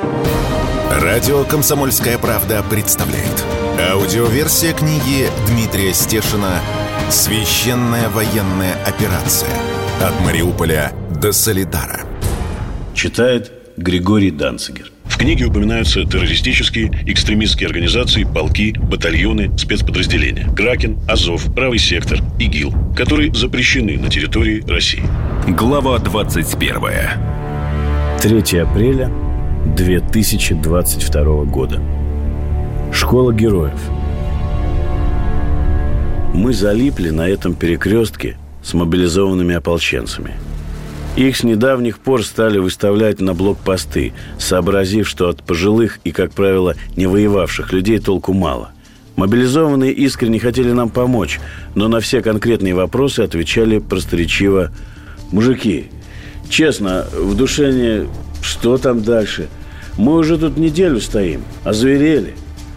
Радио «Комсомольская правда» представляет. Аудиоверсия книги Дмитрия Стешина «Священная военная операция. От Мариуполя до Солидара». Читает Григорий Данцигер. В книге упоминаются террористические, экстремистские организации, полки, батальоны, спецподразделения. Кракен, Азов, Правый сектор, ИГИЛ, которые запрещены на территории России. Глава 21. 3 апреля 2022 года. Школа героев. Мы залипли на этом перекрестке с мобилизованными ополченцами. Их с недавних пор стали выставлять на блокпосты, сообразив, что от пожилых и, как правило, не воевавших людей толку мало. Мобилизованные искренне хотели нам помочь, но на все конкретные вопросы отвечали просторечиво: «Мужики, честно, в душе не... Что там дальше? Мы уже тут неделю стоим, озверели.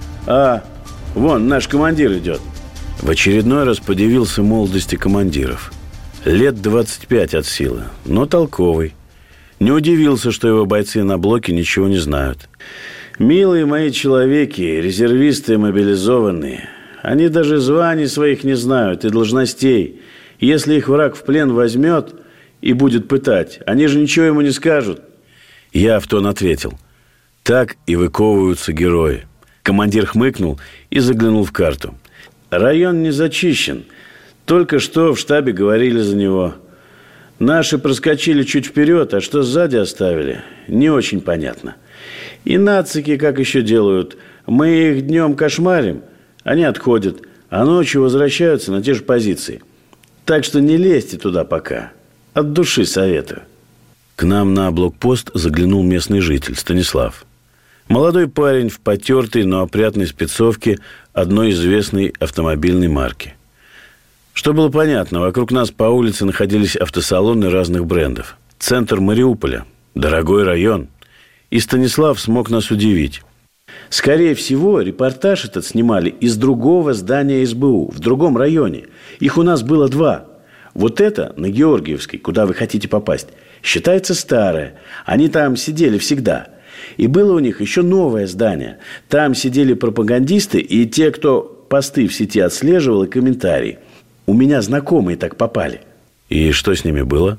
Вон, наш командир идет». В очередной раз подивился молодости командиров. Лет 25 от силы, но толковый. Не удивился, что его бойцы на блоке ничего не знают. Милые мои человеки, резервисты мобилизованные, они даже званий своих не знают и должностей. Если их враг в плен возьмет и будет пытать, они же ничего ему не скажут. Я в тон ответил: так и выковываются герои. Командир хмыкнул и заглянул в карту. Район не зачищен. Только что в штабе говорили за него. Наши проскочили чуть вперед, а что сзади оставили, не очень понятно. И нацики как еще делают? Мы их днем кошмарим, они отходят, а ночью возвращаются на те же позиции. Так что не лезьте туда пока. От души советую. К нам на блокпост заглянул местный житель Станислав. Молодой парень в потертой, но опрятной спецовке одной известной автомобильной марки. Что было понятно, вокруг нас по улице находились автосалоны разных брендов. Центр Мариуполя, дорогой район. И Станислав смог нас удивить. Скорее всего, репортаж этот снимали из другого здания СБУ, в другом районе. Их у нас было 2. Вот это, на Георгиевской, куда вы хотите попасть, считается старое. Они там сидели всегда. И было у них еще новое здание. Там сидели пропагандисты и те, кто посты в сети отслеживал, и комментарии. У меня знакомые так попали. И что с ними было?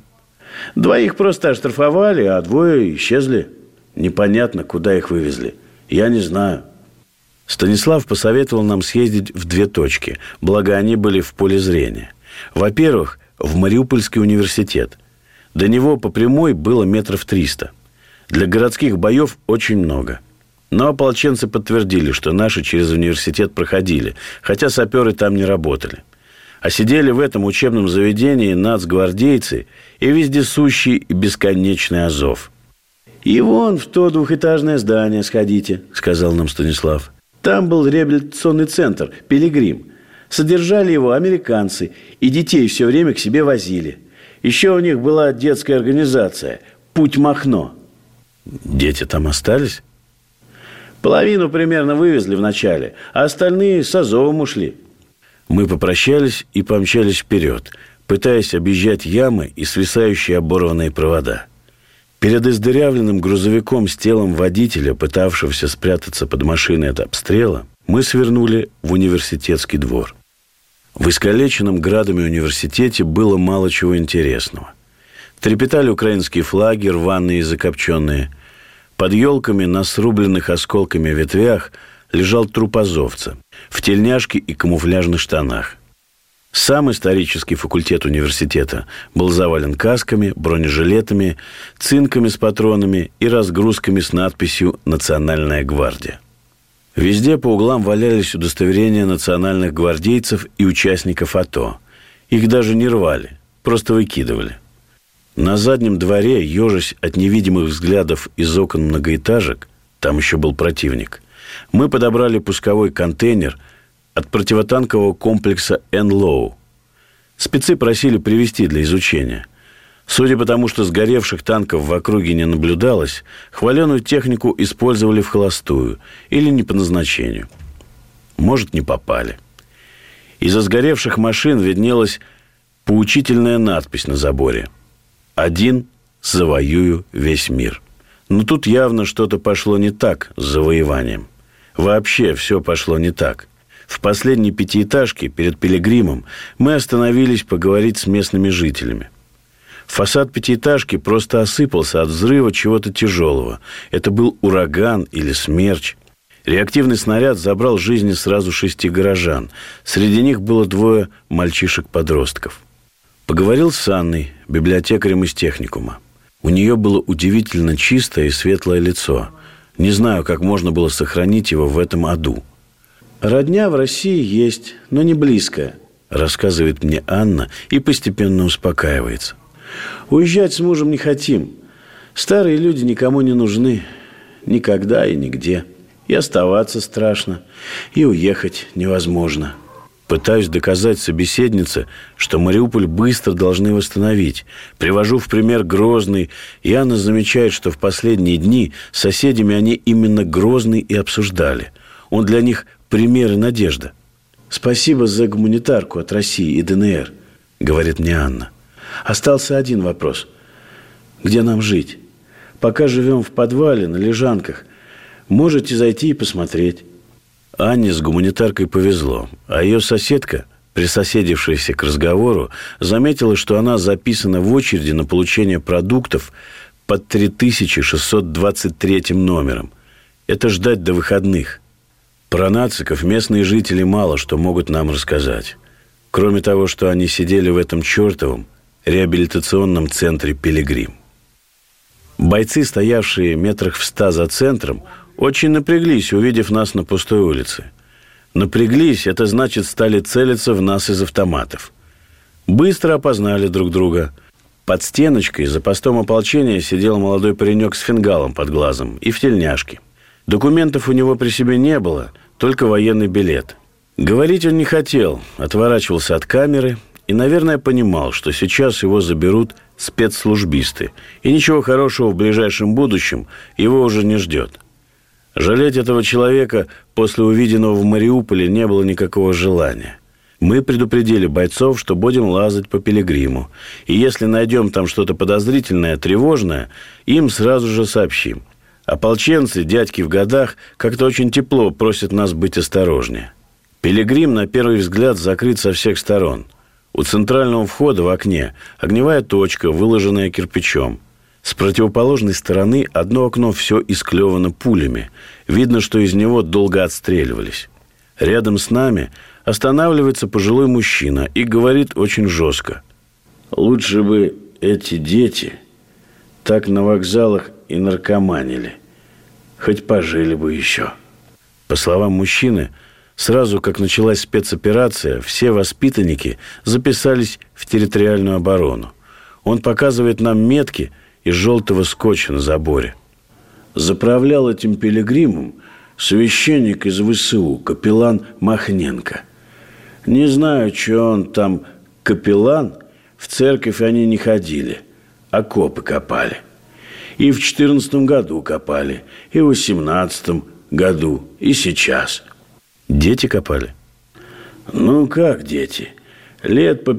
2 просто оштрафовали, а 2 исчезли. Непонятно, куда их вывезли. Я не знаю. Станислав посоветовал нам съездить в 2 точки, благо они были в поле зрения. Во-первых, в Мариупольский университет. До него по прямой было 300 метров. Для городских боев очень много. Но ополченцы подтвердили, что наши через университет проходили, хотя саперы там не работали. А сидели в этом учебном заведении нацгвардейцы и вездесущий и бесконечный Азов. «И вон в то 2-этажное здание сходите», — сказал нам Станислав. «Там был реабилитационный центр «Пилигрим». Содержали его американцы, и детей все время к себе возили. Еще у них была детская организация «Путь Махно». Дети там остались? Половину примерно вывезли вначале, а остальные с Азовом ушли. Мы попрощались и помчались вперед, пытаясь объезжать ямы и свисающие оборванные провода. Перед издырявленным грузовиком с телом водителя, пытавшегося спрятаться под машиной от обстрела, мы свернули в университетский двор. В искалеченном градами университете было мало чего интересного. Трепетали украинские флаги, рваные и закопченные. Под елками на срубленных осколками ветвях лежал труп азовца в тельняшке и камуфляжных штанах. Сам исторический факультет университета был завален касками, бронежилетами, цинками с патронами и разгрузками с надписью «Национальная гвардия». Везде по углам валялись удостоверения национальных гвардейцев и участников АТО. Их даже не рвали, просто выкидывали. На заднем дворе, ежась от невидимых взглядов из окон многоэтажек, там еще был противник, мы подобрали пусковой контейнер от противотанкового комплекса «Энлоу». Спецы просили привезти для изучения. Судя по тому, что сгоревших танков в округе не наблюдалось, хваленую технику использовали вхолостую или не по назначению. Может, не попали. Из-за сгоревших машин виднелась поучительная надпись на заборе: «Один завоюю весь мир». Но тут явно что-то пошло не так с завоеванием. Вообще все пошло не так. В последней пятиэтажке перед Пилигримом мы остановились поговорить с местными жителями. Фасад пятиэтажки просто осыпался от взрыва чего-то тяжелого. Это был ураган или смерч. Реактивный снаряд забрал жизни сразу 6 горожан. Среди них было 2 мальчишек-подростков. Поговорил с Анной, библиотекарем из техникума. У нее было удивительно чистое и светлое лицо. Не знаю, как можно было сохранить его в этом аду. «Родня в России есть, но не близкая», рассказывает мне Анна и постепенно успокаивается. «Уезжать с мужем не хотим. Старые люди никому не нужны. Никогда и нигде. И оставаться страшно, и уехать невозможно». Пытаюсь доказать собеседнице, что Мариуполь быстро должны восстановить. Привожу в пример Грозный, и Анна замечает, что в последние дни с соседями они именно Грозный и обсуждали. Он для них пример и надежда. «Спасибо за гуманитарку от России и ДНР», — говорит мне Анна. «Остался один вопрос. Где нам жить? Пока живем в подвале, на лежанках. Можете зайти и посмотреть». Анне с гуманитаркой повезло, а ее соседка, присоседившаяся к разговору, заметила, что она записана в очереди на получение продуктов под 3623 номером. Это ждать до выходных. Про нациков местные жители мало что могут нам рассказать. Кроме того, что они сидели в этом чертовом реабилитационном центре «Пилигрим». Бойцы, стоявшие метрах в 100 за центром, очень напряглись, увидев нас на пустой улице. Напряглись, это значит, стали целиться в нас из автоматов. Быстро опознали друг друга. Под стеночкой за постом ополчения сидел молодой паренек с фингалом под глазом и в тельняшке. Документов у него при себе не было, только военный билет. Говорить он не хотел, отворачивался от камеры и, наверное, понимал, что сейчас его заберут спецслужбисты, и ничего хорошего в ближайшем будущем его уже не ждет. Жалеть этого человека после увиденного в Мариуполе не было никакого желания. Мы предупредили бойцов, что будем лазать по Пилигриму, и если найдем там что-то подозрительное, тревожное, им сразу же сообщим. Ополченцы, дядьки в годах, как-то очень тепло просят нас быть осторожнее. Пилигрим, на первый взгляд, закрыт со всех сторон. У центрального входа в окне огневая точка, выложенная кирпичом. С противоположной стороны одно окно все исклевано пулями. Видно, что из него долго отстреливались. Рядом с нами останавливается пожилой мужчина и говорит очень жестко. «Лучше бы эти дети так на вокзалах и наркоманили. Хоть пожили бы еще». По словам мужчины, сразу как началась спецоперация, все воспитанники записались в территориальную оборону. Он показывает нам метки из желтого скотча на заборе. Заправлял этим Пилигримом священник из ВСУ, капеллан Махненко. Не знаю, что он там капеллан, в церковь они не ходили, окопы копали. И в 14 году копали, и в 18 году, и сейчас. Дети копали? Ну, как дети? Лет по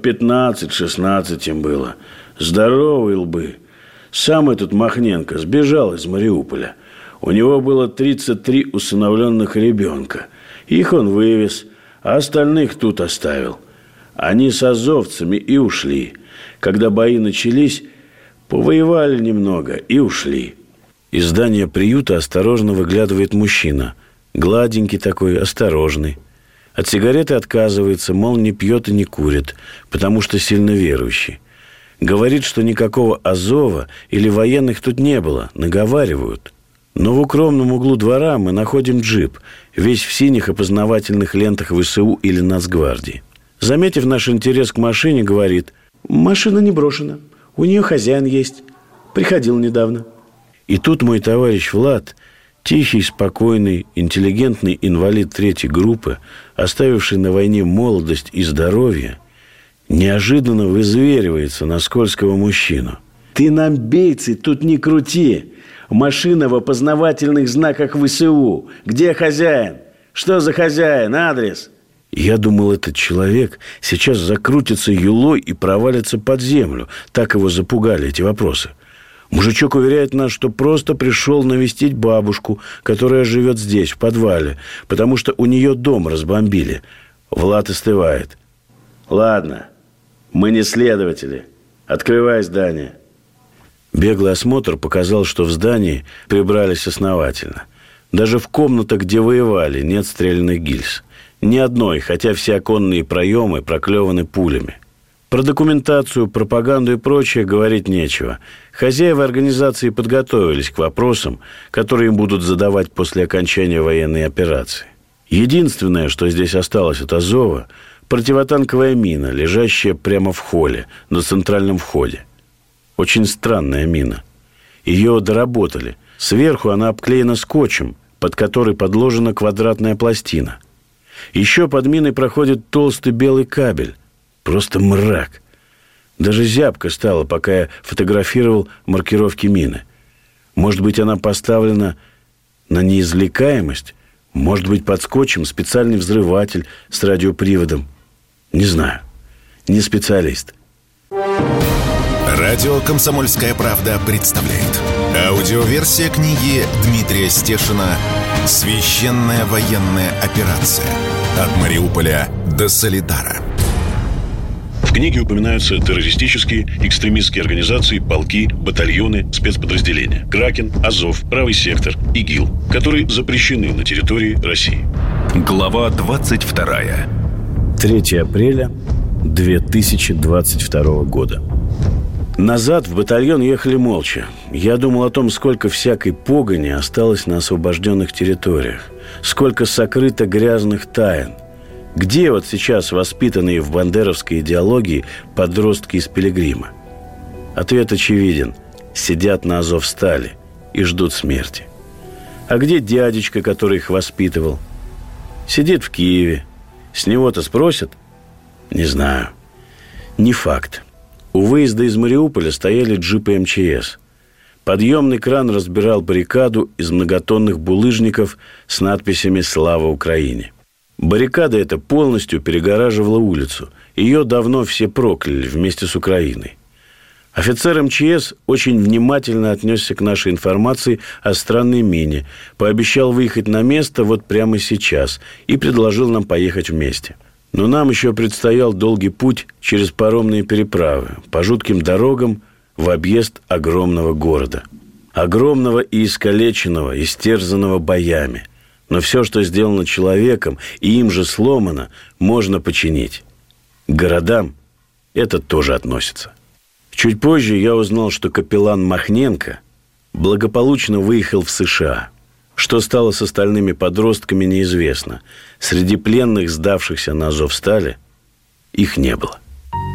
15-16 им было. Здоровые лбы. Сам этот Махненко сбежал из Мариуполя. У него было 33 усыновленных ребенка. Их он вывез, а остальных тут оставил. Они с азовцами и ушли. Когда бои начались, повоевали немного и ушли. Из здания приюта осторожно выглядывает мужчина. Гладенький такой, осторожный. От сигареты отказывается, мол, не пьет и не курит, потому что сильно верующий. Говорит, что никакого Азова или военных тут не было, наговаривают. Но в укромном углу двора мы находим джип, весь в синих опознавательных лентах ВСУ или Нацгвардии. Заметив наш интерес к машине, говорит: «Машина не брошена, у нее хозяин есть, приходил недавно». И тут мой товарищ Влад, тихий, спокойный, интеллигентный инвалид 3-й группы, оставивший на войне молодость и здоровье, неожиданно вызверивается на скользкого мужчину. «Ты нам, бейцы, тут не крути! Машина в опознавательных знаках ВСУ! Где хозяин? Что за хозяин? Адрес?» Я думал, этот человек сейчас закрутится юлой и провалится под землю. Так его запугали эти вопросы. Мужичок уверяет нас, что просто пришел навестить бабушку, которая живет здесь, в подвале, потому что у нее дом разбомбили. Влад остывает. Ладно, мы не следователи. Открывай здание. Беглый осмотр показал, что в здании прибрались основательно. Даже в комнатах, где воевали, нет стрелянных гильз. Ни одной, хотя все оконные проемы проклеваны пулями. Про документацию, пропаганду и прочее говорить нечего. Хозяева организации подготовились к вопросам, которые им будут задавать после окончания военной операции. Единственное, что здесь осталось от Азова – противотанковая мина, лежащая прямо в холле, на центральном входе. Очень странная мина. Ее доработали. Сверху она обклеена скотчем, под который подложена квадратная пластина. Еще под миной проходит толстый белый кабель. Просто мрак. Даже зябко стало, пока я фотографировал маркировки мины. Может быть, она поставлена на неизвлекаемость? Может быть, под скотчем специальный взрыватель с радиоприводом? Не знаю. Не специалист. Радио «Комсомольская правда» представляет. Аудиоверсия книги Дмитрия Стешина «Священная военная операция. От Мариуполя до Солидара». В книге упоминаются террористические, экстремистские организации, полки, батальоны, спецподразделения. Кракен, Азов, Правый сектор, ИГИЛ, которые запрещены на территории России. Глава 22. 3 апреля 2022 года. Назад в батальон ехали молча. Я думал о том, сколько всякой погони осталось на освобожденных территориях. Сколько сокрыто грязных тайн. Где вот сейчас воспитанные в бандеровской идеологии подростки из Пилигрима? Ответ очевиден. Сидят на Азовстали и ждут смерти. А где дядечка, который их воспитывал? Сидит в Киеве. С него-то спросят? Не знаю. Не факт. У выезда из Мариуполя стояли джипы МЧС. Подъемный кран разбирал баррикаду из многотонных булыжников с надписями «Слава Украине». Баррикада эта полностью перегораживала улицу. Ее давно все прокляли вместе с Украиной. Офицер МЧС очень внимательно отнесся к нашей информации о странной мине, пообещал выехать на место вот прямо сейчас и предложил нам поехать вместе. Но нам еще предстоял долгий путь через паромные переправы, по жутким дорогам в объезд огромного города. Огромного и искалеченного, истерзанного боями. Но все, что сделано человеком и им же сломано, можно починить. К городам это тоже относится. Чуть позже я узнал, что капеллан Махненко благополучно выехал в США. Что стало с остальными подростками, неизвестно. Среди пленных, сдавшихся на Азовстали, их не было.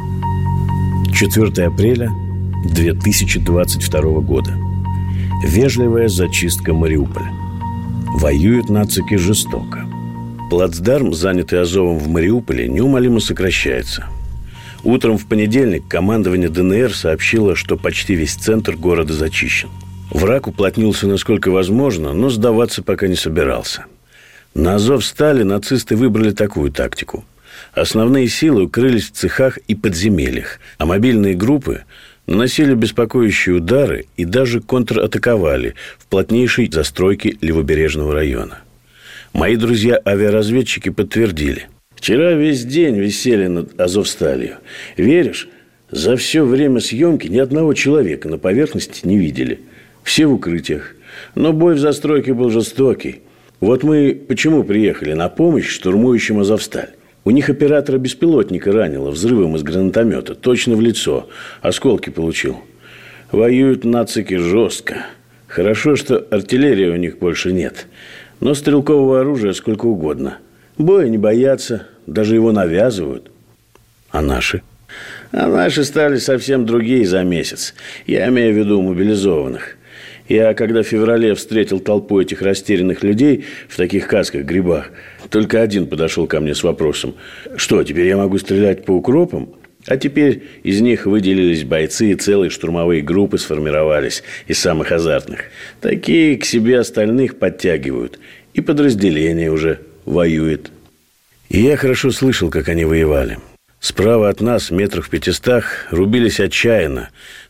4 апреля 2022 года. Вежливая зачистка Мариуполя. Воюют нацики жестоко. Плацдарм, занятый Азовом в Мариуполе, неумолимо сокращается. Утром в понедельник командование ДНР сообщило, что почти весь центр города зачищен. Враг уплотнился насколько возможно, но сдаваться пока не собирался. На Азовстали нацисты выбрали такую тактику. Основные силы укрылись в цехах и подземельях, а мобильные группы наносили беспокоящие удары и даже контратаковали в плотнейшей застройке левобережного района. Мои друзья-авиаразведчики подтвердили. Вчера весь день висели над Азовсталью. Веришь, за все время съемки ни одного человека на поверхности не видели. Все в укрытиях. Но бой в застройке был жестокий. Вот мы почему приехали на помощь штурмующим Азовсталь. У них оператора беспилотника ранило взрывом из гранатомета. Точно в лицо. Осколки получил. Воюют нацики жестко. Хорошо, что артиллерии у них больше нет. Но стрелкового оружия сколько угодно. Боя не боятся. Даже его навязывают. А наши? А наши стали совсем другие за месяц. Я имею в виду мобилизованных. Я, когда в феврале встретил толпу этих растерянных людей в таких касках-грибах, только один подошел ко мне с вопросом: что, теперь я могу стрелять по укропам? А теперь из них выделились бойцы, и целые штурмовые группы сформировались из самых азартных. Такие к себе остальных подтягивают, и подразделение уже воюет. И я хорошо слышал, как они воевали. Справа от нас, метрах в 500, рубились отчаянно.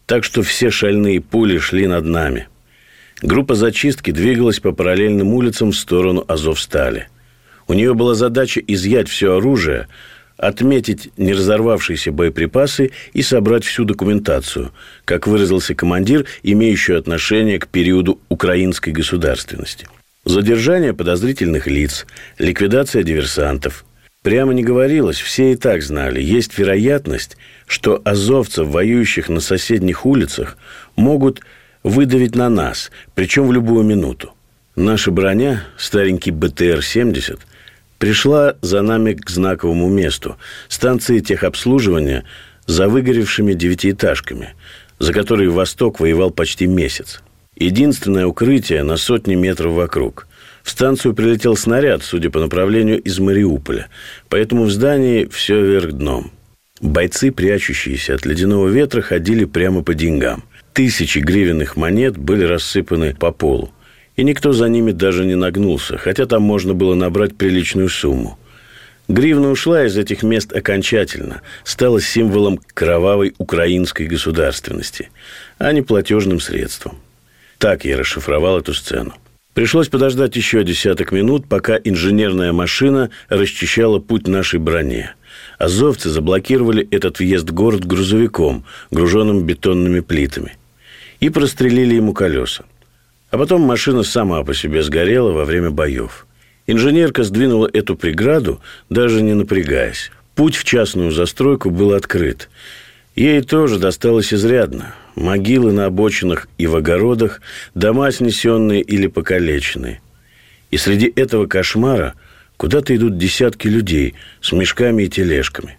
так что все шальные пули шли над нами. Группа зачистки двигалась по параллельным улицам в сторону Азовстали. У нее была задача изъять все оружие, отметить неразорвавшиеся боеприпасы и собрать всю документацию, как выразился командир, имеющую отношение к периоду украинской государственности. Задержание подозрительных лиц, ликвидация диверсантов. Прямо не говорилось, все и так знали, есть вероятность, что азовцев, воюющих на соседних улицах, могут выдавить на нас, причем в любую минуту. Наша броня, старенький БТР-70, пришла за нами к знаковому месту – станции техобслуживания за выгоревшими девятиэтажками, за которые Восток воевал почти месяц. Единственное укрытие на сотни метров вокруг. В станцию прилетел снаряд, судя по направлению, из Мариуполя, поэтому в здании все вверх дном. Бойцы, прячущиеся от ледяного ветра, ходили прямо по деньгам. Тысячи гривенных монет были рассыпаны по полу, и никто за ними даже не нагнулся, хотя там можно было набрать приличную сумму. Гривна ушла из этих мест окончательно, стала символом кровавой украинской государственности, а не платежным средством. Так я расшифровал эту сцену. Пришлось подождать еще десяток минут, пока инженерная машина расчищала путь нашей броне. Азовцы заблокировали этот въезд в город грузовиком, груженным бетонными плитами, и прострелили ему колеса. А потом машина сама по себе сгорела во время боев. Инженерка сдвинула эту преграду, даже не напрягаясь. Путь в частную застройку был открыт. Ей тоже досталось изрядно. Могилы на обочинах и в огородах, дома снесенные или покалеченные. И среди этого кошмара куда-то идут десятки людей с мешками и тележками.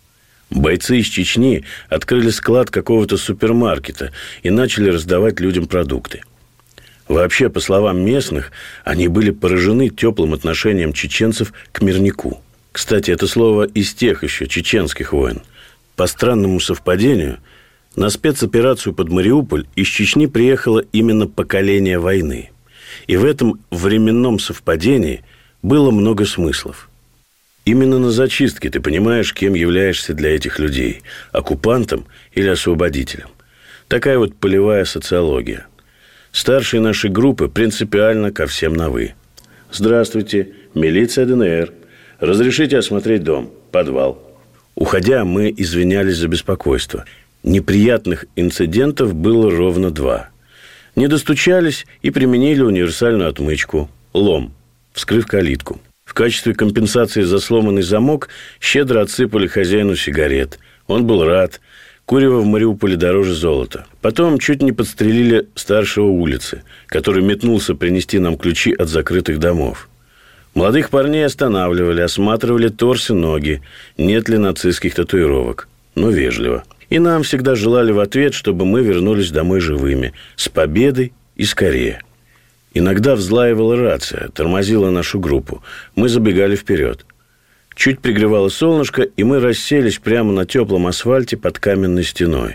Бойцы из Чечни открыли склад какого-то супермаркета и начали раздавать людям продукты. Вообще, по словам местных, они были поражены теплым отношением чеченцев к мирнику. Кстати, это слово из тех еще чеченских войн. По странному совпадению, на спецоперацию под Мариуполь из Чечни приехало именно поколение войны. И в этом временном совпадении было много смыслов. Именно на зачистке ты понимаешь, кем являешься для этих людей – оккупантом или освободителем. Такая вот полевая социология. Старшие нашей группы принципиально ко всем на «вы». «Здравствуйте, милиция ДНР. Разрешите осмотреть дом, подвал». Уходя, мы извинялись за беспокойство. Неприятных инцидентов было ровно 2. Не достучались и применили универсальную отмычку – лом, вскрыв калитку. В качестве компенсации за сломанный замок щедро отсыпали хозяину сигарет. Он был рад. Курево в Мариуполе дороже золота. Потом чуть не подстрелили старшего улицы, который метнулся принести нам ключи от закрытых домов. Молодых парней останавливали, осматривали торс и ноги, нет ли нацистских татуировок. Но вежливо. И нам всегда желали в ответ, чтобы мы вернулись домой живыми, с победой и скорее. Иногда взлаивала рация, тормозила нашу группу. Мы забегали вперед. Чуть пригревало солнышко, и мы расселись прямо на теплом асфальте под каменной стеной.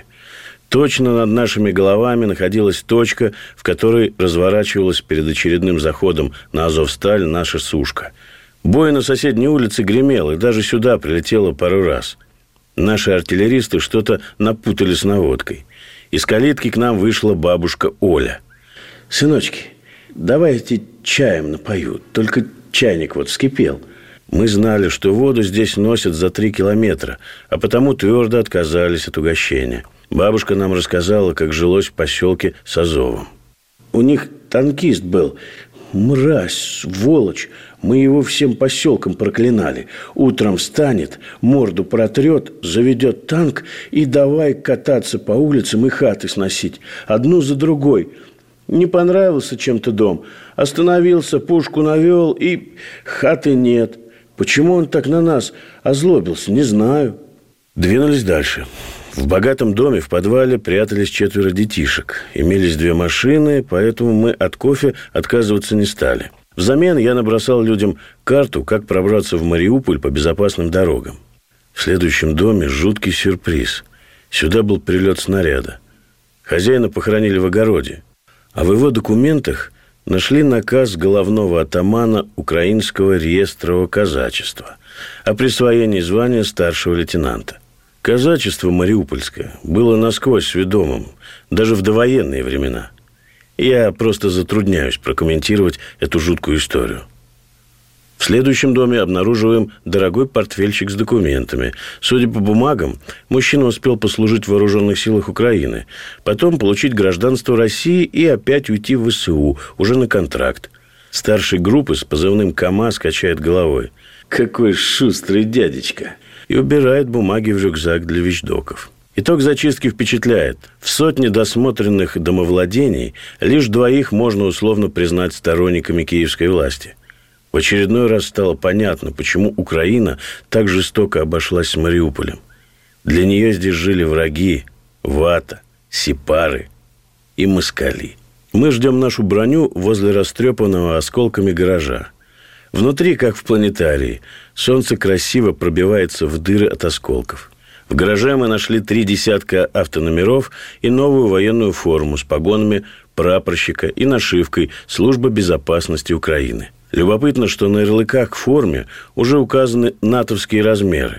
Точно над нашими головами находилась точка, в которой разворачивалась перед очередным заходом на Азовсталь наша сушка. Бой на соседней улице гремел, и даже сюда прилетело пару раз. Наши артиллеристы что-то напутали с наводкой. Из калитки к нам вышла бабушка Оля. «Сыночки, давайте чаем напою, только чайник вот вскипел». Мы знали, что воду здесь носят за 3 километра, а потому твердо отказались от угощения. Бабушка нам рассказала, как жилось в поселке с Азовом. У них танкист был. Мразь, сволочь. Мы его всем поселком проклинали. Утром встанет, морду протрет, заведет танк и давай кататься по улицам и хаты сносить. Одну за другой. Не понравился чем-то дом. Остановился, пушку навел, и хаты нет. Почему он так на нас озлобился, не знаю. Двинулись дальше. В богатом доме в подвале прятались 4 детишек. Имелись 2 машины, поэтому мы от кофе отказываться не стали. Взамен я набросал людям карту, как пробраться в Мариуполь по безопасным дорогам. В следующем доме жуткий сюрприз. Сюда был прилет снаряда. Хозяина похоронили в огороде. А в его документах нашли наказ головного атамана Украинского реестрового казачества о присвоении звания старшего лейтенанта. Казачество мариупольское было насквозь сведомым, даже в довоенные времена. Я просто затрудняюсь прокомментировать эту жуткую историю. В следующем доме обнаруживаем дорогой портфельчик с документами. Судя по бумагам, мужчина успел послужить в вооруженных силах Украины, потом получить гражданство России и опять уйти в ВСУ, уже на контракт. Старший группы с позывным КамАЗ качает головой. Какой шустрый дядечка! И убирает бумаги в рюкзак для вещдоков. Итог зачистки впечатляет. В сотне досмотренных домовладений лишь 2 можно условно признать сторонниками киевской власти. В очередной раз стало понятно, почему Украина так жестоко обошлась с Мариуполем. Для нее здесь жили враги, вата, сепары и москали. Мы ждем нашу броню возле растрепанного осколками гаража. Внутри, как в планетарии, солнце красиво пробивается в дыры от осколков. В гараже мы нашли 3 десятка автономеров и новую военную форму с погонами прапорщика и нашивкой «Служба безопасности Украины». Любопытно, что на ярлыках к форме уже указаны натовские размеры.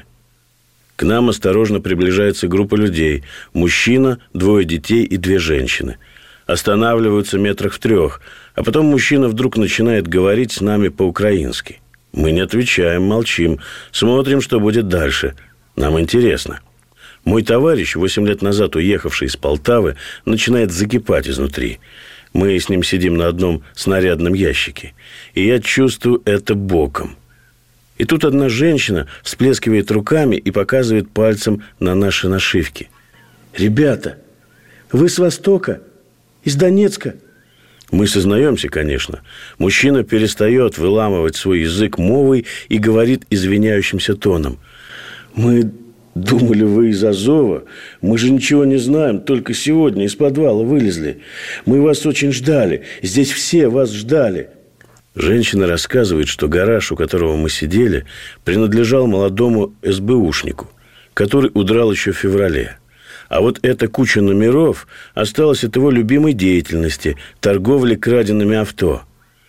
К нам осторожно приближается группа людей. Мужчина, 2 детей и 2 женщины. Останавливаются метрах в 3, а потом мужчина вдруг начинает говорить с нами по-украински. Мы не отвечаем, молчим, смотрим, что будет дальше. Нам интересно. Мой товарищ, 8 лет назад уехавший из Полтавы, начинает закипать изнутри. Мы с ним сидим на одном снарядном ящике. И я чувствую это боком. И тут одна женщина всплескивает руками и показывает пальцем на наши нашивки. «Ребята, вы с Востока? Из Донецка?» Мы сознаемся, конечно. Мужчина перестает выламывать свой язык мовой и говорит извиняющимся тоном. «Мы думали, вы из Азова. Мы же ничего не знаем, только сегодня из подвала вылезли. Мы вас очень ждали. Здесь все вас ждали». Женщина рассказывает, что гараж, у которого мы сидели, принадлежал молодому СБУшнику, который удрал еще в феврале. А вот эта куча номеров осталась от его любимой деятельности – торговли краденными авто.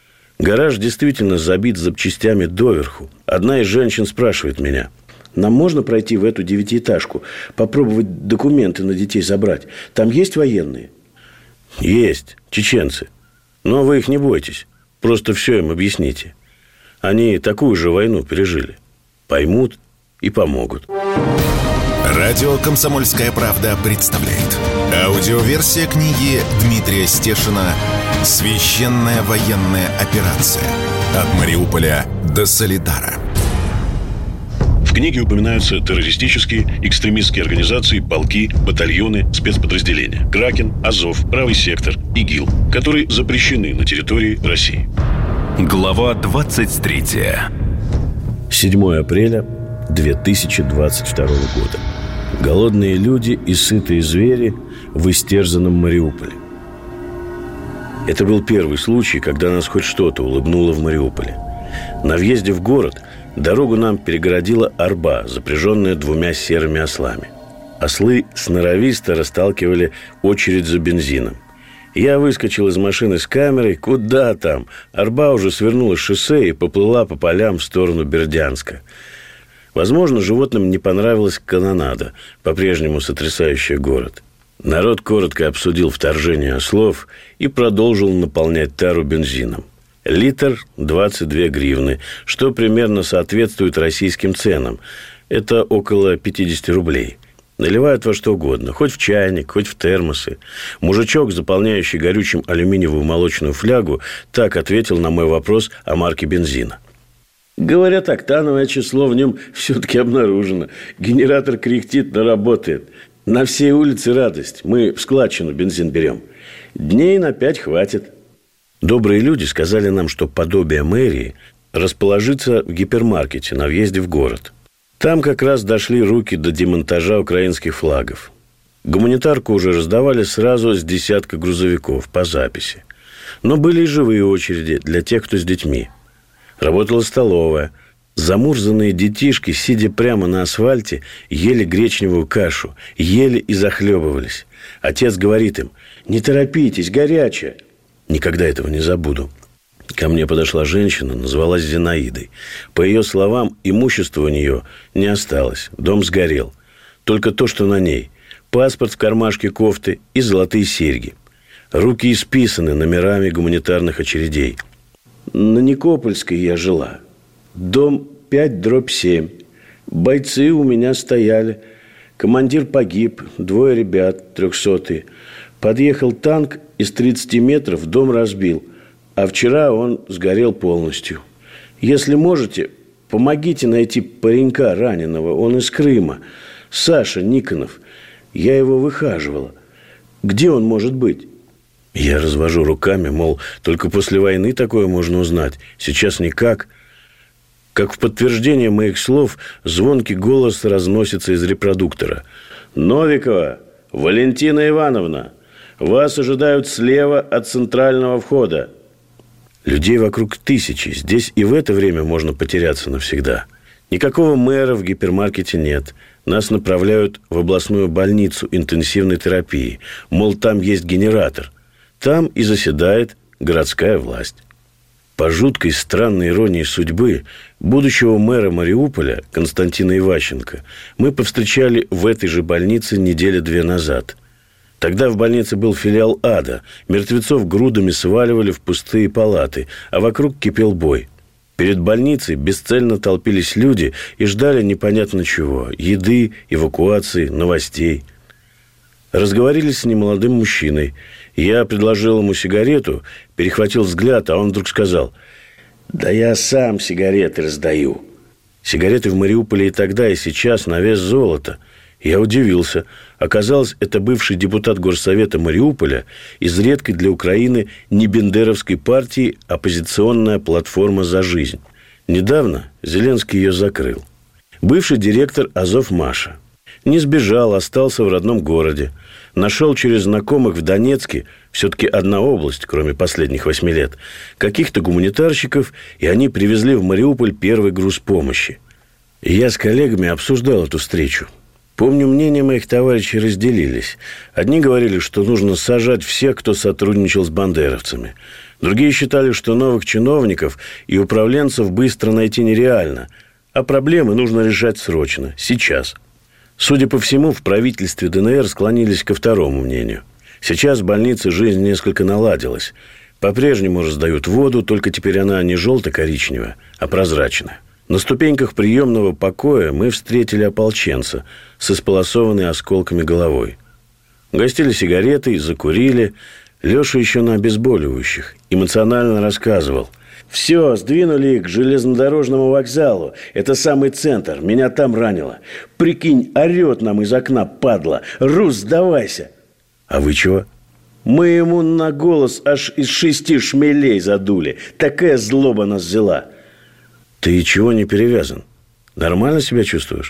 Гараж действительно забит запчастями доверху. Одна из женщин спрашивает меня: «Нам можно пройти в эту 9-этажку, попробовать документы на детей забрать? Там есть военные?» «Есть, чеченцы. Но вы их не бойтесь. Просто все им объясните. Они такую же войну пережили. Поймут и помогут». Радио «Комсомольская правда» представляет аудиоверсия книги Дмитрия Стешина «Священная военная операция. От Мариуполя до Солидара». В книге упоминаются террористические, экстремистские организации, полки, батальоны, спецподразделения. Кракен, Азов, Правый сектор, ИГИЛ, которые запрещены на территории России. Глава 23. 7 апреля 2022 года. Голодные люди и сытые звери в истерзанном Мариуполе. Это был первый случай, когда нас хоть что-то улыбнуло в Мариуполе. На въезде в город дорогу нам перегородила арба, запряженная 2 серыми ослами. Ослы сноровисто расталкивали очередь за бензином. Я выскочил из машины с камерой. Куда там? Арба уже свернула с шоссе и поплыла по полям в сторону Бердянска. Возможно, животным не понравилась канонада, по-прежнему сотрясающая город. Народ коротко обсудил вторжение ослов и продолжил наполнять тару бензином. Литр 22 гривны, что примерно соответствует российским ценам. Это около 50 рублей. Наливают во что угодно, хоть в чайник, хоть в термосы. Мужичок, заполняющий горючим алюминиевую молочную флягу, так ответил на мой вопрос о марке бензина. Говорят, октановое число в нем все-таки обнаружено. Генератор кряхтит, но работает. На всей улице радость. Мы в складчину бензин берем. Дней на 5 хватит. Добрые люди сказали нам, что подобие мэрии расположится в гипермаркете на въезде в город. Там как раз дошли руки до демонтажа украинских флагов. Гуманитарку уже раздавали сразу с десятка грузовиков по записи. Но были и живые очереди для тех, кто с детьми. Работала столовая. Замурзанные детишки, сидя прямо на асфальте, ели гречневую кашу, ели и захлебывались. Отец говорит им: «Не торопитесь, горячая». Никогда этого не забуду. Ко мне подошла женщина, назвалась Зинаидой. По ее словам, имущества у нее не осталось. Дом сгорел. Только то, что на ней. паспорт в кармашке кофты и золотые серьги. Руки исписаны номерами гуманитарных очередей. На Никопольской я жила. Дом 5/7. Бойцы у меня стояли. Командир погиб, 2 ребят, 300-е. Подъехал танк, из 30 метров дом разбил. А вчера он сгорел полностью. Если можете, помогите найти паренька раненого. Он из Крыма. Саша Никонов. Я его выхаживала. Где он может быть? Я развожу руками, мол, только после войны такое можно узнать. Сейчас никак. Как в подтверждение моих слов, звонкий голос разносится из репродуктора. «Новикова! Валентина Ивановна! Вас ожидают слева от центрального входа!» Людей вокруг тысячи. Здесь и в это время можно потеряться навсегда. Никакого мэра в гипермаркете нет. Нас направляют в областную больницу интенсивной терапии. Мол, там есть генератор. Там и заседает городская власть. По жуткой странной иронии судьбы будущего мэра Мариуполя Константина Иващенко мы повстречали в этой же больнице 2 недели назад. Тогда в больнице был филиал ада. Мертвецов грудами сваливали в пустые палаты, а вокруг кипел бой. Перед больницей бесцельно толпились люди и ждали непонятно чего – еды, эвакуации, новостей. Разговорились с немолодым мужчиной. Я предложил ему сигарету, перехватил взгляд, а он вдруг сказал: «Да я сам сигареты раздаю». Сигареты в Мариуполе и тогда, и сейчас на вес золота. Я удивился. Оказалось, это бывший депутат Горсовета Мариуполя из редкой для Украины небендеровской партии «Оппозиционная платформа за жизнь». Недавно Зеленский ее закрыл. Бывший директор Азов Маша. Не сбежал, остался в родном городе. Нашел через знакомых в Донецке, все-таки одна область, кроме последних 8 лет, каких-то гуманитарщиков, и они привезли в Мариуполь первый груз помощи. И я с коллегами обсуждал эту встречу. Помню, мнения моих товарищей разделились. Одни говорили, что нужно сажать всех, кто сотрудничал с бандеровцами. Другие считали, что новых чиновников и управленцев быстро найти нереально, а проблемы нужно решать срочно, сейчас. Судя по всему, в правительстве ДНР склонились ко второму мнению. Сейчас в больнице жизнь несколько наладилась. По-прежнему раздают воду, только теперь она не желто-коричневая, а прозрачная. На ступеньках приемного покоя мы встретили ополченца с исполосованной осколками головой. Гостили сигаретой, закурили. Леша еще на обезболивающих. Эмоционально рассказывал. «Все, сдвинули к железнодорожному вокзалу. Это самый центр. Меня там ранило. Прикинь, орет нам из окна, падла. Рус, сдавайся!» «А вы чего?» «Мы ему на голос аж из 6 шмелей задули. Такая злоба нас взяла». «Ты чего не перевязан? Нормально себя чувствуешь?»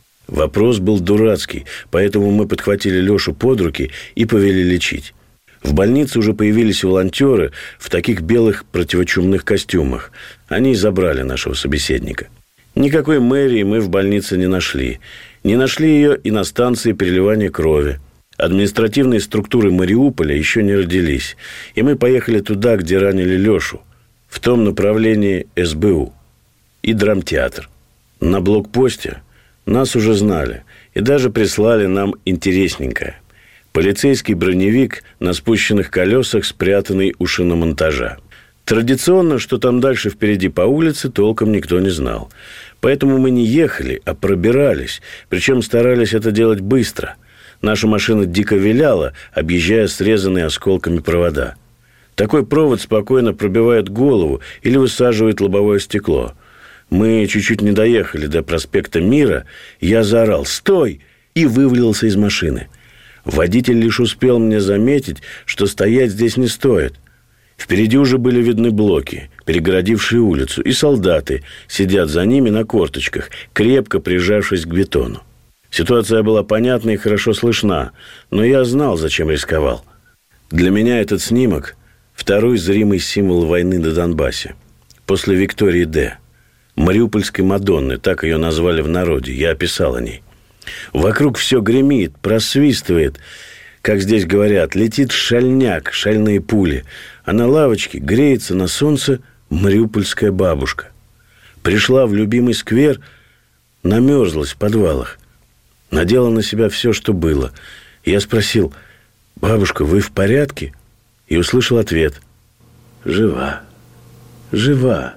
Вопрос был дурацкий, поэтому мы подхватили Лешу под руки и повели лечить. В больнице уже появились волонтеры в таких белых противочумных костюмах. Они забрали нашего собеседника. Никакой мэрии мы в больнице не нашли. Не нашли ее и на станции переливания крови. Административные структуры Мариуполя еще не родились. И мы поехали туда, где ранили Лешу. В том направлении СБУ и драмтеатр. На блокпосте нас уже знали и даже прислали нам интересненькое. Полицейский броневик на спущенных колесах, спрятанный у шиномонтажа. Традиционно, что там дальше впереди по улице, толком никто не знал. Поэтому мы не ехали, а пробирались. Причем старались это делать быстро. Наша машина дико виляла, объезжая срезанные осколками провода. Такой провод спокойно пробивает голову или высаживает лобовое стекло. Мы чуть-чуть не доехали до проспекта Мира. Я заорал «Стой!» и вывалился из машины. Водитель лишь успел мне заметить, что стоять здесь не стоит. Впереди уже были видны блоки, перегородившие улицу, и солдаты сидят за ними на корточках, крепко прижавшись к бетону. Ситуация была понятна и хорошо слышна, но я знал, зачем рисковал. Для меня этот снимок – второй зримый символ войны на Донбассе. После Виктории Д. Мариупольской Мадонны, так ее назвали в народе, я описал о ней. Вокруг все гремит, просвистывает, как здесь говорят, летит шальняк, шальные пули, а на лавочке греется на солнце мариупольская бабушка. Пришла в любимый сквер, намерзлась в подвалах. Надела на себя все, что было. Я спросил: «Бабушка, вы в порядке?» И услышал ответ: «Жива, жива.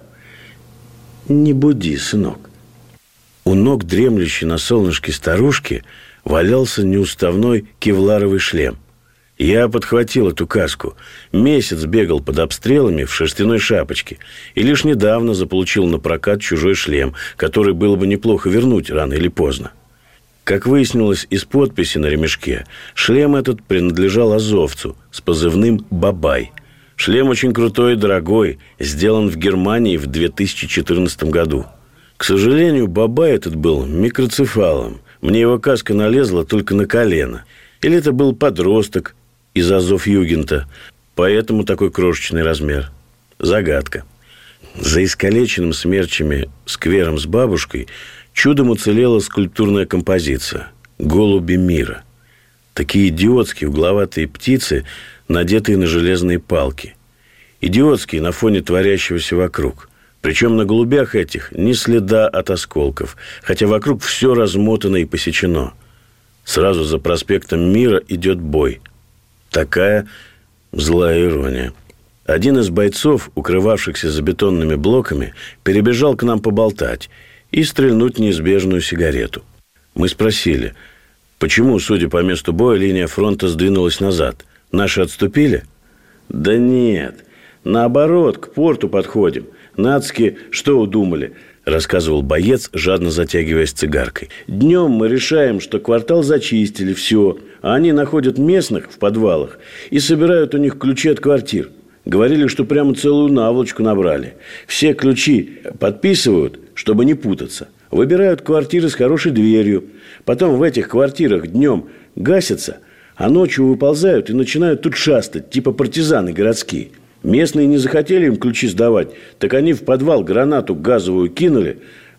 Не буди, сынок». У ног дремлющей на солнышке старушки валялся неуставной кевларовый шлем. Я подхватил эту каску. Месяц бегал под обстрелами в шерстяной шапочке и лишь недавно заполучил на прокат чужой шлем, который было бы неплохо вернуть рано или поздно. Как выяснилось из подписи на ремешке, шлем этот принадлежал азовцу с позывным «Бабай». Шлем очень крутой и дорогой, сделан в Германии в 2014 году. К сожалению, Бабай этот был микроцефалом. Мне его каска налезла только на колено. Или это был подросток из Азовюгента, поэтому такой крошечный размер. Загадка. За искалеченным смерчами сквером с бабушкой чудом уцелела скульптурная композиция «Голуби мира». Такие идиотские угловатые птицы, надетые на железные палки. Идиотские на фоне творящегося вокруг. Причем на голубях этих ни следа от осколков, хотя вокруг все размотано и посечено. Сразу за проспектом Мира идет бой. Такая злая ирония. Один из бойцов, укрывавшихся за бетонными блоками, перебежал к нам поболтать и стрельнуть неизбежную сигарету. Мы спросили, почему, судя по месту боя, линия фронта сдвинулась назад. Наши отступили? Да нет, наоборот, к порту подходим. Нацки что удумали? Рассказывал боец, жадно затягиваясь цигаркой. Днем мы решаем, что квартал зачистили, все. А они находят местных в подвалах и собирают у них ключи от квартир. Говорили, что прямо целую наволочку набрали. Все ключи подписывают, чтобы не путаться. Выбирают квартиры с хорошей дверью. Потом в этих квартирах днем гасятся, а ночью выползают и начинают тут шастать, типа партизаны городские. Местные не захотели им ключи сдавать, так они в подвал гранату газовую кинули.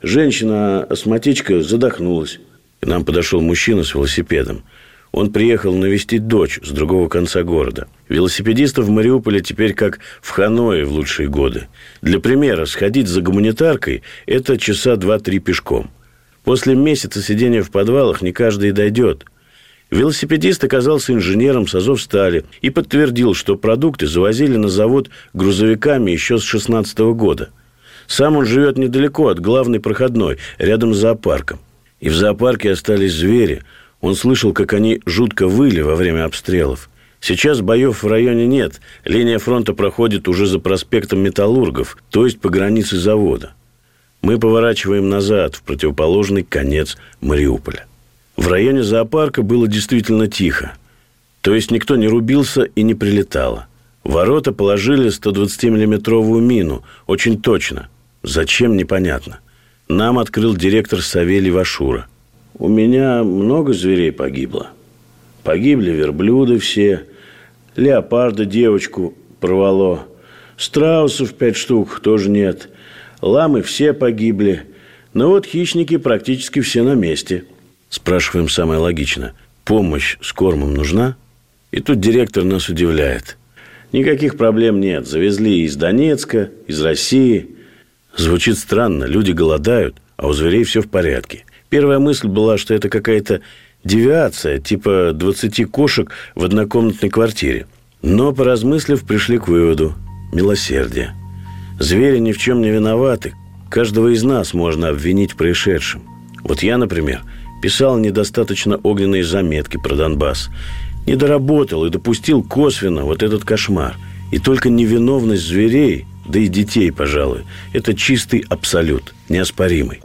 Женщина-астматичка задохнулась. К нам подошел мужчина с велосипедом. Он приехал навестить дочь с другого конца города. Велосипедистов в Мариуполе теперь как в Ханое в лучшие годы. Для примера, сходить за гуманитаркой – это часа 2-3 пешком. После месяца сидения в подвалах не каждый и дойдет. Велосипедист оказался инженером с Азовстали и подтвердил, что продукты завозили на завод грузовиками еще с 16 года. Сам он живет недалеко от главной проходной, рядом с зоопарком. И в зоопарке остались звери. Он слышал, как они жутко выли во время обстрелов. Сейчас боев в районе нет. Линия фронта проходит уже за проспектом Металлургов, то есть по границе завода. Мы поворачиваем назад, в противоположный конец Мариуполя. В районе зоопарка было действительно тихо. То есть никто не рубился и не прилетало. Ворота положили 120-миллиметровую мину. Очень точно. Зачем, непонятно. Нам открыл директор Савелий Вашура. У меня много зверей погибло. Погибли верблюды все. Леопарда девочку порвало. Страусов 5 штук тоже нет. Ламы все погибли. Но вот хищники практически все на месте. Спрашиваем самое логичное. Помощь с кормом нужна? И тут директор нас удивляет. Никаких проблем нет. Завезли из Донецка, из России. Звучит странно. Люди голодают, а у зверей все в порядке. Первая мысль была, что это какая-то девиация, типа 20 кошек в однокомнатной квартире. Но, поразмыслив, пришли к выводу. Милосердие. Звери ни в чем не виноваты. Каждого из нас можно обвинить в происшедшем. Вот я, например, писал недостаточно огненные заметки про Донбасс. Не доработал и допустил косвенно вот этот кошмар. И только невиновность зверей, да и детей, пожалуй, это чистый абсолют, неоспоримый.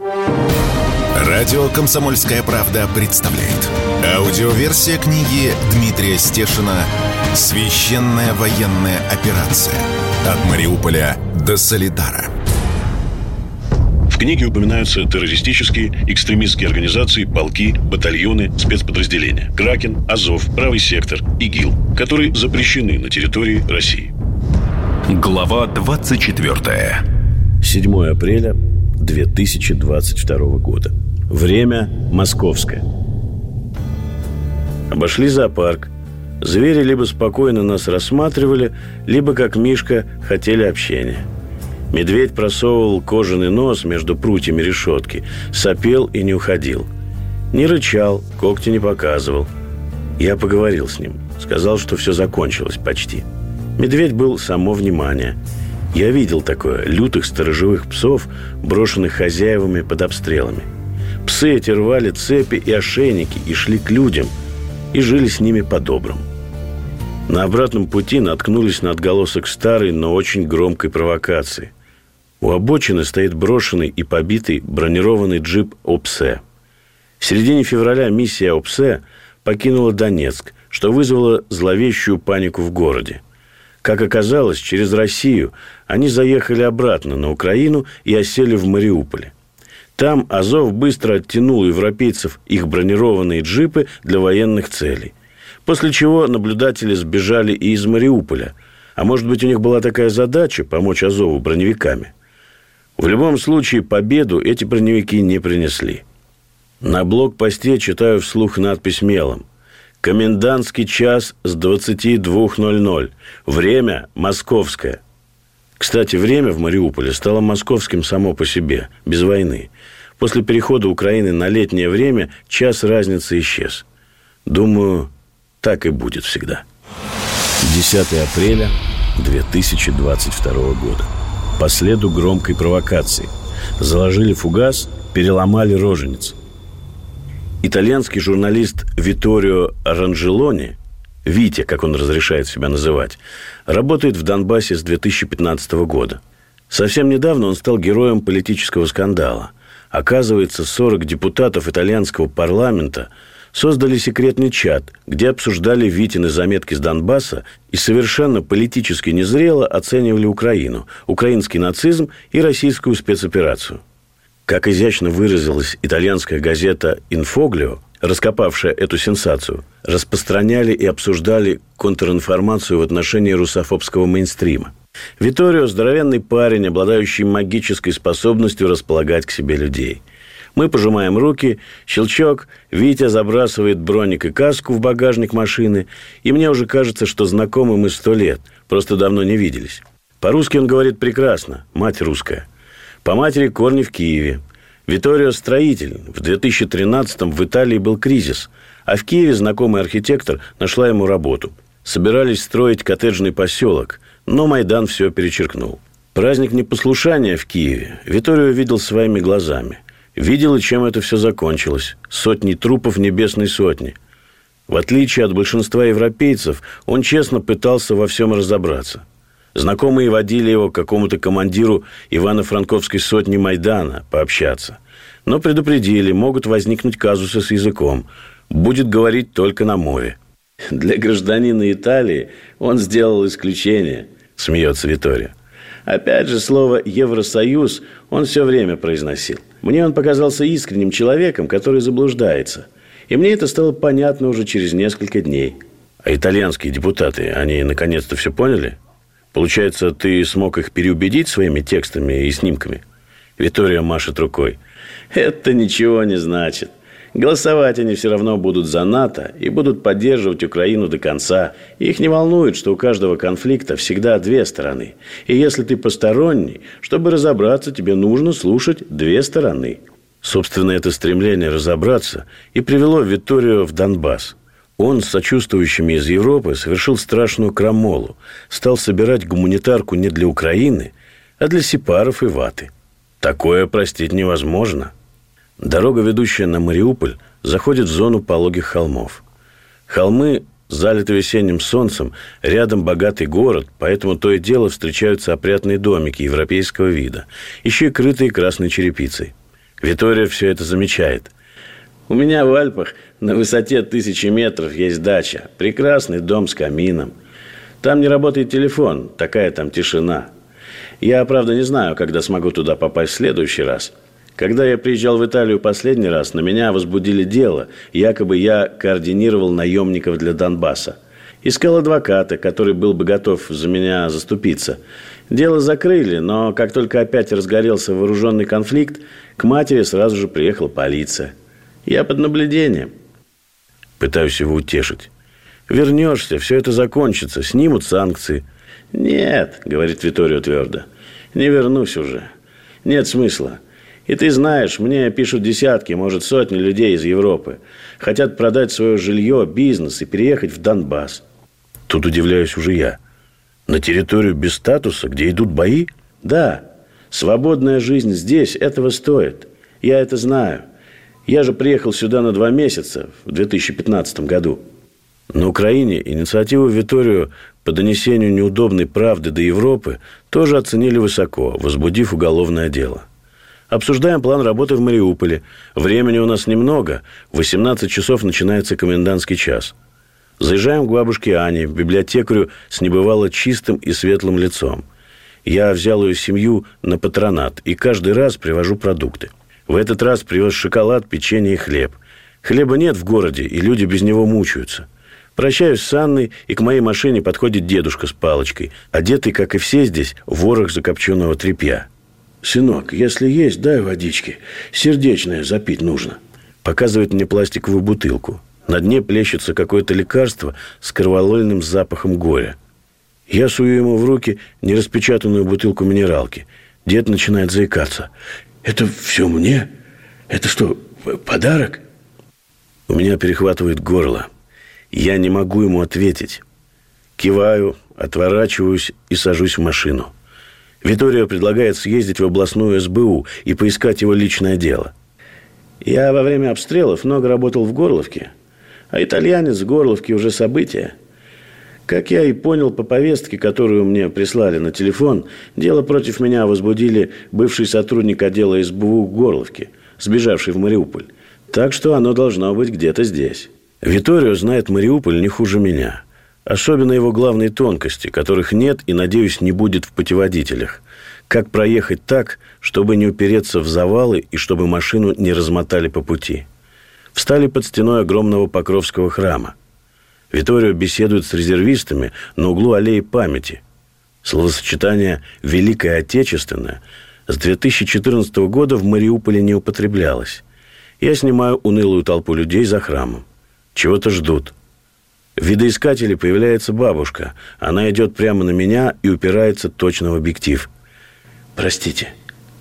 Радио «Комсомольская правда» представляет. Аудиоверсия книги Дмитрия Стешина «Священная военная операция. От Мариуполя до Солидара». В книге упоминаются террористические, экстремистские организации, полки, батальоны, спецподразделения. Кракен, Азов, Правый сектор, ИГИЛ, которые запрещены на территории России. Глава 24. 7 апреля 2022 года. Время московское. Обошли зоопарк. Звери либо спокойно нас рассматривали, либо, как Мишка, хотели общения. Медведь просовывал кожаный нос между прутьями решетки, сопел и не уходил. Не рычал, когти не показывал. Я поговорил с ним. Сказал, что все закончилось почти. Медведь был само внимание. Я видел такое: лютых сторожевых псов, брошенных хозяевами под обстрелами. Псы эти рвали цепи и ошейники и шли к людям, и жили с ними по-доброму. На обратном пути наткнулись на отголосок старой, но очень громкой провокации. У обочины стоит брошенный и побитый бронированный джип ОПСЭ. В середине февраля миссия ОПСЭ покинула Донецк, что вызвало зловещую панику в городе. Как оказалось, через Россию они заехали обратно на Украину и осели в Мариуполе. Там Азов быстро оттянул у европейцев их бронированные джипы для военных целей. После чего наблюдатели сбежали и из Мариуполя. А может быть, у них была такая задача – помочь Азову броневиками? В любом случае, победу эти броневики не принесли. На блокпосте читаю вслух надпись мелом: «Комендантский час с 22:00. Время московское». Кстати, время в Мариуполе стало московским само по себе, без войны. После перехода Украины на летнее время час разницы исчез. Думаю, так и будет всегда. 10 апреля 2022 года. По следу громкой провокации. Заложили фугас, переломали рожениц. Итальянский журналист Витторио Ранжелони, Витя, как он разрешает себя называть, работает в Донбассе с 2015 года. Совсем недавно он стал героем политического скандала. Оказывается, 40 депутатов итальянского парламента создали секретный чат, где обсуждали Витины заметки с Донбасса и совершенно политически незрело оценивали Украину, украинский нацизм и российскую спецоперацию. Как изящно выразилась итальянская газета «Инфоглио», раскопавшая эту сенсацию, распространяли и обсуждали контринформацию в отношении русофобского мейнстрима. Витторио – здоровенный парень, обладающий магической способностью располагать к себе людей. Мы пожимаем руки, щелчок, Витя забрасывает броник и каску в багажник машины, и мне уже кажется, что знакомы мы 100 лет, просто давно не виделись. По-русски он говорит прекрасно, мать русская. По матери корни в Киеве. Витторио – строитель. В 2013-м в Италии был кризис, а в Киеве знакомый архитектор нашла ему работу. Собирались строить коттеджный поселок, но Майдан все перечеркнул. Праздник непослушания в Киеве Витторио видел своими глазами. Видел, и чем это все закончилось. Сотни трупов Небесной Сотни. В отличие от большинства европейцев, он честно пытался во всем разобраться. Знакомые водили его к какому-то командиру Ивано-Франковской сотни Майдана пообщаться. Но предупредили, могут возникнуть казусы с языком. Будет говорить только на мове. Для гражданина Италии он сделал исключение, смеется Витторио. Опять же, слово «Евросоюз» он все время произносил. Мне он показался искренним человеком, который заблуждается. И мне это стало понятно уже через несколько дней. А итальянские депутаты, они наконец-то все поняли? Получается, ты смог их переубедить своими текстами и снимками? Витторио машет рукой. Это ничего не значит. Голосовать они все равно будут за НАТО и будут поддерживать Украину до конца. Их не волнует, что у каждого конфликта всегда две стороны. И если ты посторонний, чтобы разобраться, тебе нужно слушать две стороны. Собственно, это стремление разобраться и привело Витторио в Донбасс. Он с сочувствующими из Европы совершил страшную крамолу. Стал собирать гуманитарку не для Украины, а для сепаров и ваты. Такое простить невозможно. Дорога, ведущая на Мариуполь, заходит в зону пологих холмов. Холмы залиты весенним солнцем, рядом богатый город, поэтому то и дело встречаются опрятные домики европейского вида, еще и крытые красной черепицей. Витторио все это замечает. У меня в Альпах на высоте 1000 метров есть дача. Прекрасный дом с камином. Там не работает телефон, такая там тишина. Я, правда, не знаю, когда смогу туда попасть в следующий раз. Когда я приезжал в Италию последний раз, на меня возбудили дело. Якобы я координировал наемников для Донбасса. Искал адвоката, который был бы готов за меня заступиться. Дело закрыли, но как только опять разгорелся вооруженный конфликт, к матери сразу же приехала полиция. Я под наблюдением. Пытаюсь его утешить. Вернешься, все это закончится, снимут санкции. Нет, говорит Витторио твердо, не вернусь уже. Нет смысла. И ты знаешь, мне пишут десятки, может, сотни людей из Европы. Хотят продать свое жилье, бизнес и переехать в Донбасс. Тут удивляюсь уже я. На территорию без статуса, где идут бои? Да, свободная жизнь здесь этого стоит. Я это знаю. Я же приехал сюда на 2 месяца в 2015 году. На Украине инициативу Виторио по донесению неудобной правды до Европы тоже оценили высоко, возбудив уголовное дело. Обсуждаем план работы в Мариуполе. Времени у нас немного. В 18 часов начинается комендантский час. Заезжаем к бабушке Ане, библиотекарю с небывало чистым и светлым лицом. Я взял ее семью на патронат и каждый раз привожу продукты. В этот раз привез шоколад, печенье и хлеб. Хлеба нет в городе, и люди без него мучаются. Прощаюсь с Анной, и к моей машине подходит дедушка с палочкой, одетый, как и все здесь, в ворох закопченного тряпья. «Сынок, если есть, дай водички. Сердечное запить нужно». Показывает мне пластиковую бутылку. На дне плещется какое-то лекарство с кровавольным запахом горя. Я сую ему в руки нераспечатанную бутылку минералки. Дед начинает заикаться. «Это все мне? Это что, подарок?» У меня перехватывает горло. Я не могу ему ответить. Киваю, отворачиваюсь и сажусь в машину. Виторио предлагает съездить в областную СБУ и поискать его личное дело. Я во время обстрелов много работал в Горловке, а итальянец в Горловке уже событие. Как я и понял по повестке, которую мне прислали на телефон, дело против меня возбудили бывший сотрудник отдела СБУ в Горловке, сбежавший в Мариуполь. Так что оно должно быть где-то здесь. Виторио знает Мариуполь не хуже меня. Особенно его главные тонкости, которых нет и, надеюсь, не будет в путеводителях. Как проехать так, чтобы не упереться в завалы и чтобы машину не размотали по пути. Встали под стеной огромного Покровского храма. Виторио беседует с резервистами на углу аллеи памяти. Словосочетание «Великое Отечественное» с 2014 года в Мариуполе не употреблялось. Я снимаю унылую толпу людей за храмом. Чего-то ждут. В видоискателе появляется бабушка. Она идет прямо на меня и упирается точно в объектив. «Простите,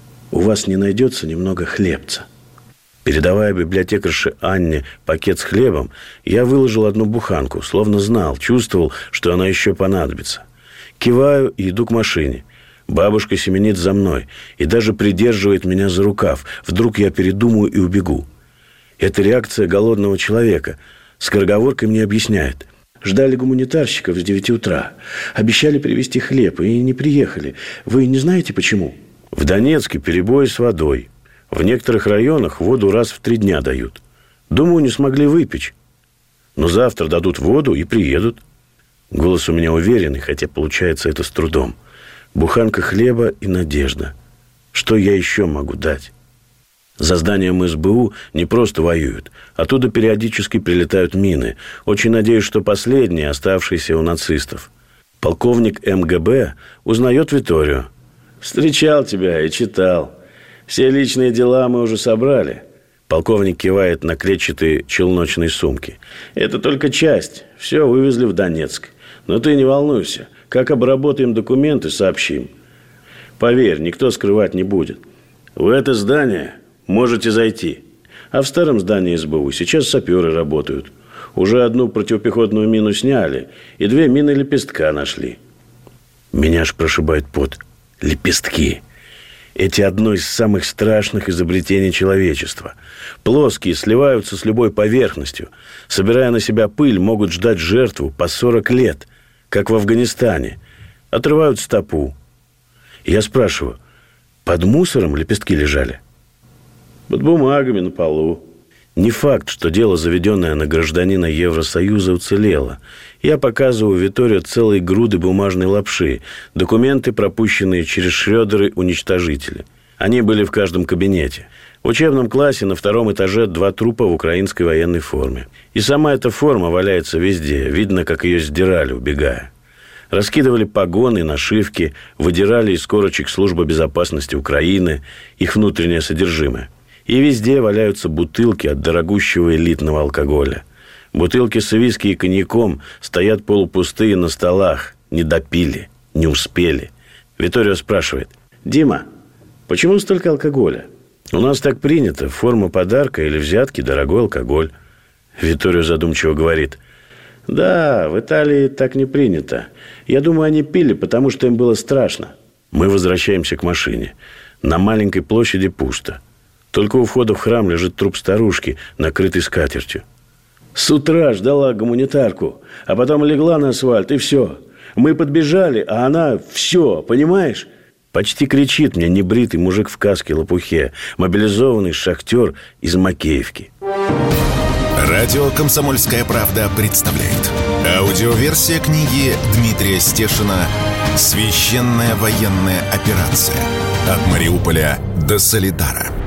у вас не найдется немного хлебца?» Передавая библиотекарше Анне пакет с хлебом, я выложил одну буханку, словно знал, чувствовал, что она еще понадобится. Киваю и иду к машине. Бабушка семенит за мной и даже придерживает меня за рукав. Вдруг я передумаю и убегу. Это реакция голодного человека. Скороговоркой мне объясняет. Ждали гуманитарщиков с 9 утра. Обещали привезти хлеб и не приехали. Вы не знаете, почему? В Донецке перебои с водой. В некоторых районах воду раз в 3 дня дают. Думаю, не смогли выпечь. Но завтра дадут воду и приедут. Голос у меня уверенный, хотя получается это с трудом. Буханка хлеба и надежда. Что я еще могу дать? За зданием СБУ не просто воюют. Оттуда периодически прилетают мины. Очень надеюсь, что последние, оставшиеся у нацистов. Полковник МГБ узнает Виторио. «Встречал тебя и читал. Все личные дела мы уже собрали». Полковник кивает на клетчатые челночные сумки. «Это только часть. Все вывезли в Донецк. Но ты не волнуйся. Как обработаем документы, сообщим. Поверь, никто скрывать не будет. В это здание можете зайти. А в старом здании СБУ сейчас саперы работают. Уже 1 противопехотную мину сняли, и 2 мины лепестка нашли». Меня аж прошибает пот. Лепестки. Эти одно из самых страшных изобретений человечества. Плоские, сливаются с любой поверхностью. Собирая на себя пыль, могут ждать жертву по 40 лет, как в Афганистане. Отрывают стопу. Я спрашиваю, под мусором лепестки лежали? Под бумагами на полу. Не факт, что дело, заведенное на гражданина Евросоюза, уцелело. Я показываю Виторио целые груды бумажной лапши, документы, пропущенные через шредеры-уничтожители. Они были в каждом кабинете. В учебном классе на 2-м этаже 2 трупа в украинской военной форме. И сама эта форма валяется везде. Видно, как ее сдирали, убегая. Раскидывали погоны, нашивки, выдирали из корочек службы безопасности Украины, их внутреннее содержимое. И везде валяются бутылки от дорогущего элитного алкоголя. Бутылки с виски и коньяком стоят полупустые на столах. Не допили, не успели. Виторио спрашивает: «Дима, почему столько алкоголя?» У нас так принято. Форма подарка или взятки, дорогой алкоголь. Витторио задумчиво говорит: да, в Италии так не принято. Я думаю, они пили, потому что им было страшно. Мы возвращаемся к машине. На маленькой площади пусто. Только у входа в храм лежит труп старушки, накрытый скатертью. С утра ждала гуманитарку, а потом легла на асфальт, и все. Мы подбежали, а она все, понимаешь? Почти кричит мне небритый мужик в каске-лопухе, мобилизованный шахтер из Макеевки. Радио «Комсомольская правда» представляет аудиоверсия книги Дмитрия Стешина «Священная военная операция. От Мариуполя до Солидара».